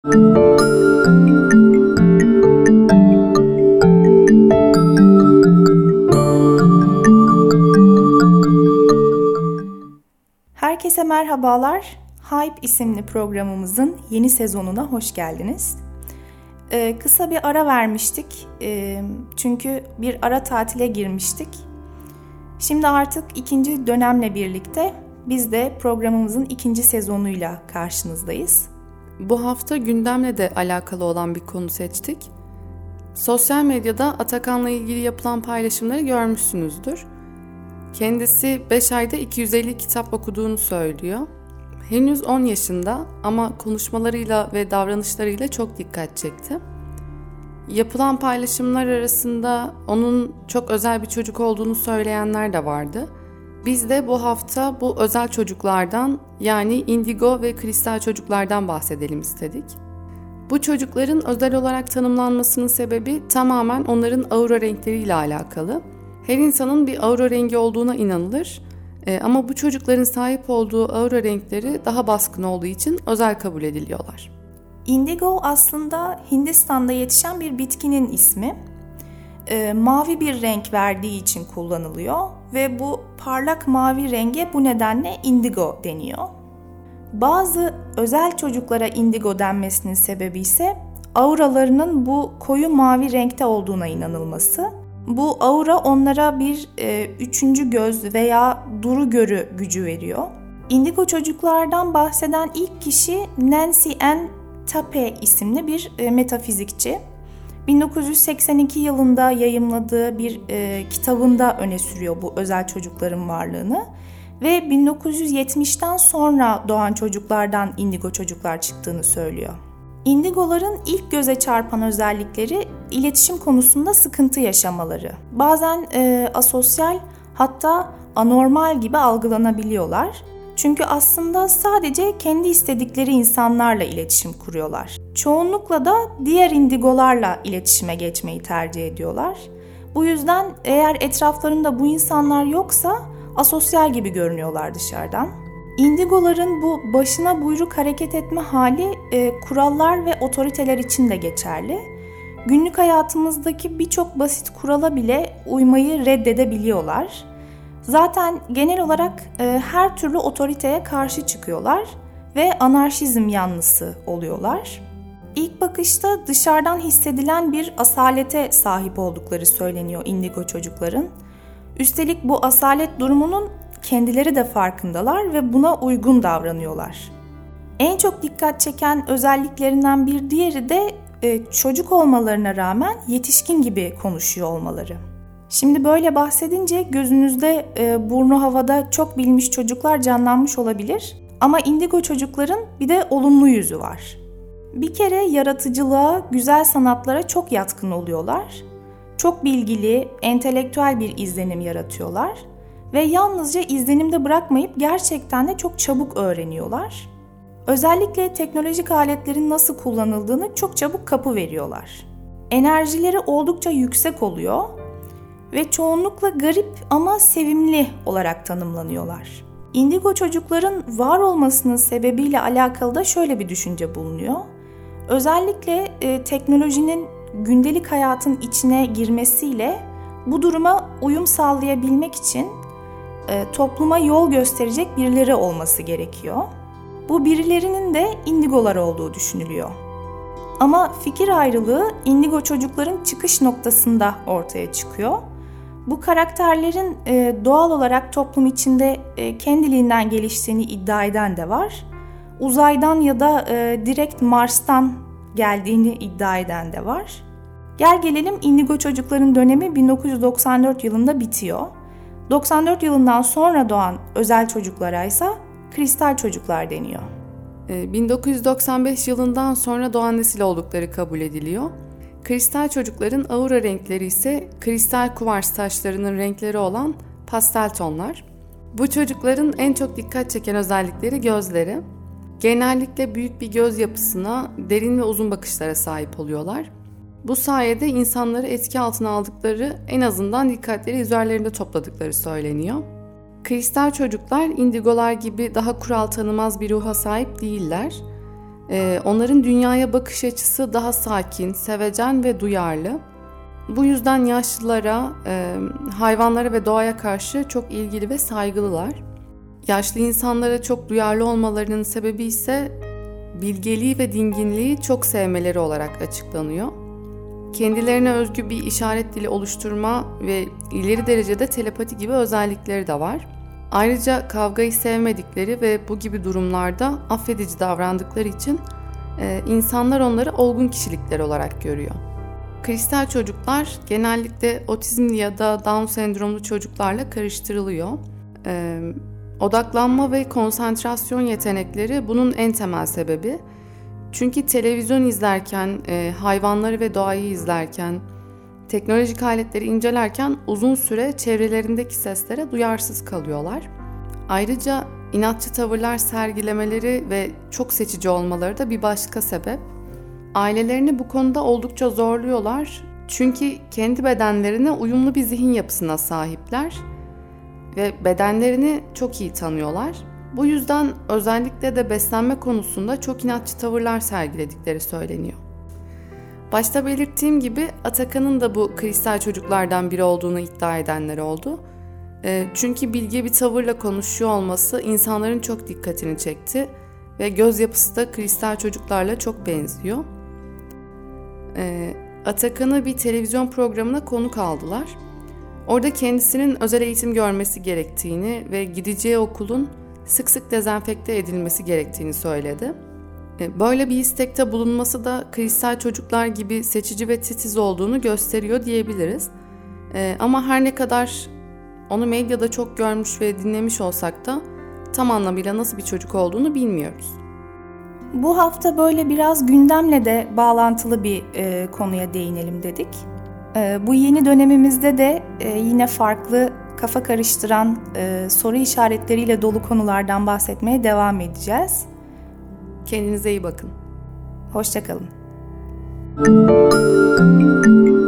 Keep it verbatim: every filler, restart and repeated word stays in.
Herkese merhabalar. Hype isimli programımızın yeni sezonuna hoş geldiniz. Ee, kısa bir ara vermiştik. Ee, çünkü bir ara tatile girmiştik. Şimdi artık ikinci dönemle birlikte biz de programımızın ikinci sezonuyla karşınızdayız. Bu hafta gündemle de alakalı olan bir konu seçtik. Sosyal medyada Atakan'la ilgili yapılan paylaşımları görmüşsünüzdür. Kendisi beş ayda iki yüz elli kitap okuduğunu söylüyor. Henüz on yaşında ama konuşmalarıyla ve davranışlarıyla çok dikkat çekti. Yapılan paylaşımlar arasında onun çok özel bir çocuk olduğunu söyleyenler de vardı. Biz de bu hafta bu özel çocuklardan, yani indigo ve kristal çocuklardan bahsedelim istedik. Bu çocukların özel olarak tanımlanmasının sebebi tamamen onların aura renkleriyle alakalı. Her insanın bir aura rengi olduğuna inanılır ee, ama bu çocukların sahip olduğu aura renkleri daha baskın olduğu için özel kabul ediliyorlar. Indigo aslında Hindistan'da yetişen bir bitkinin ismi. Ee, mavi bir renk verdiği için kullanılıyor ve bu parlak mavi renge bu nedenle indigo deniyor. Bazı özel çocuklara indigo denmesinin sebebi ise auralarının bu koyu mavi renkte olduğuna inanılması. Bu aura onlara bir e, üçüncü göz veya duru görü gücü veriyor. Indigo çocuklardan bahseden ilk kişi Nancy Ann Tappe isimli bir e, metafizikçi. bin dokuz yüz seksen iki yılında yayımladığı bir e, kitabında öne sürüyor bu özel çocukların varlığını. Ve bin dokuz yüz yetmişten sonra doğan çocuklardan indigo çocuklar çıktığını söylüyor. İndigoların ilk göze çarpan özellikleri iletişim konusunda sıkıntı yaşamaları. Bazen e, asosyal, hatta anormal gibi algılanabiliyorlar. Çünkü aslında sadece kendi istedikleri insanlarla iletişim kuruyorlar. Çoğunlukla da diğer indigolarla iletişime geçmeyi tercih ediyorlar. Bu yüzden eğer etraflarında bu insanlar yoksa asosyal gibi görünüyorlar dışarıdan. İndigoların bu başına buyruk hareket etme hali e, kurallar ve otoriteler için de geçerli. Günlük hayatımızdaki birçok basit kurala bile uymayı reddedebiliyorlar. Zaten genel olarak e, her türlü otoriteye karşı çıkıyorlar ve anarşizm yanlısı oluyorlar. İlk bakışta dışarıdan hissedilen bir asalete sahip oldukları söyleniyor indigo çocukların. Üstelik bu asalet durumunun kendileri de farkındalar ve buna uygun davranıyorlar. En çok dikkat çeken özelliklerinden bir diğeri de e, çocuk olmalarına rağmen yetişkin gibi konuşuyor olmaları. Şimdi böyle bahsedince gözünüzde e, burnu havada çok bilmiş çocuklar canlanmış olabilir. Ama indigo çocukların bir de olumlu yüzü var. Bir kere yaratıcılığa, güzel sanatlara çok yatkın oluyorlar. Çok bilgili, entelektüel bir izlenim yaratıyorlar. Ve yalnızca izlenimde bırakmayıp gerçekten de çok çabuk öğreniyorlar. Özellikle teknolojik aletlerin nasıl kullanıldığını çok çabuk kapı veriyorlar. Enerjileri oldukça yüksek oluyor ve çoğunlukla garip ama sevimli olarak tanımlanıyorlar. Indigo çocukların var olmasının sebebiyle alakalı da şöyle bir düşünce bulunuyor. Özellikle e, teknolojinin gündelik hayatın içine girmesiyle bu duruma uyum sağlayabilmek için e, topluma yol gösterecek birileri olması gerekiyor. Bu birilerinin de indigolar olduğu düşünülüyor. Ama fikir ayrılığı indigo çocukların çıkış noktasında ortaya çıkıyor. Bu karakterlerin e, doğal olarak toplum içinde e, kendiliğinden geliştiğini iddia eden de var. Uzaydan ya da e, direkt Mars'tan geldiğini iddia eden de var. Gel gelelim indigo çocukların dönemi bin dokuz yüz doksan dört yılında bitiyor. doksan dört yılından sonra doğan özel çocuklara ise kristal çocuklar deniyor. bin dokuz yüz doksan beş yılından sonra doğan nesil oldukları kabul ediliyor. Kristal çocukların aura renkleri ise kristal kuvars taşlarının renkleri olan pastel tonlar. Bu çocukların en çok dikkat çeken özellikleri gözleri. Genellikle büyük bir göz yapısına, derin ve uzun bakışlara sahip oluyorlar. Bu sayede insanları etki altına aldıkları, en azından dikkatleri üzerlerinde topladıkları söyleniyor. Kristal çocuklar indigolar gibi daha kural tanımaz bir ruha sahip değiller. Ee, onların dünyaya bakış açısı daha sakin, sevecen ve duyarlı. Bu yüzden yaşlılara, e, hayvanlara ve doğaya karşı çok ilgili ve saygılılar. Yaşlı insanlara çok duyarlı olmalarının sebebi ise bilgeliği ve dinginliği çok sevmeleri olarak açıklanıyor. Kendilerine özgü bir işaret dili oluşturma ve ileri derecede telepati gibi özellikleri de var. Ayrıca kavgayı sevmedikleri ve bu gibi durumlarda affedici davrandıkları için e, insanlar onları olgun kişilikler olarak görüyor. Kristal çocuklar genellikle otizmli ya da Down sendromlu çocuklarla karıştırılıyor. E, odaklanma ve konsantrasyon yetenekleri bunun en temel sebebi. Çünkü televizyon izlerken, e, hayvanları ve doğayı izlerken, teknolojik aletleri incelerken uzun süre çevrelerindeki seslere duyarsız kalıyorlar. Ayrıca inatçı tavırlar sergilemeleri ve çok seçici olmaları da bir başka sebep. Ailelerini bu konuda oldukça zorluyorlar. Çünkü kendi bedenlerine uyumlu bir zihin yapısına sahipler ve bedenlerini çok iyi tanıyorlar. Bu yüzden özellikle de beslenme konusunda çok inatçı tavırlar sergiledikleri söyleniyor. Başta belirttiğim gibi Atakan'ın da bu kristal çocuklardan biri olduğunu iddia edenler oldu. E, çünkü bilge bir tavırla konuşuyor olması insanların çok dikkatini çekti ve göz yapısı da kristal çocuklarla çok benziyor. E, Atakan'ı bir televizyon programına konuk aldılar. Orada kendisinin özel eğitim görmesi gerektiğini ve gideceği okulun sık sık dezenfekte edilmesi gerektiğini söyledi. Böyle bir istekte bulunması da kristal çocuklar gibi seçici ve titiz olduğunu gösteriyor diyebiliriz. Ama her ne kadar onu medyada çok görmüş ve dinlemiş olsak da tam anlamıyla nasıl bir çocuk olduğunu bilmiyoruz. Bu hafta böyle biraz gündemle de bağlantılı bir e, konuya değinelim dedik. E, bu yeni dönemimizde de e, yine farklı kafa karıştıran e, soru işaretleriyle dolu konulardan bahsetmeye devam edeceğiz. Kendinize iyi bakın. Hoşça kalın.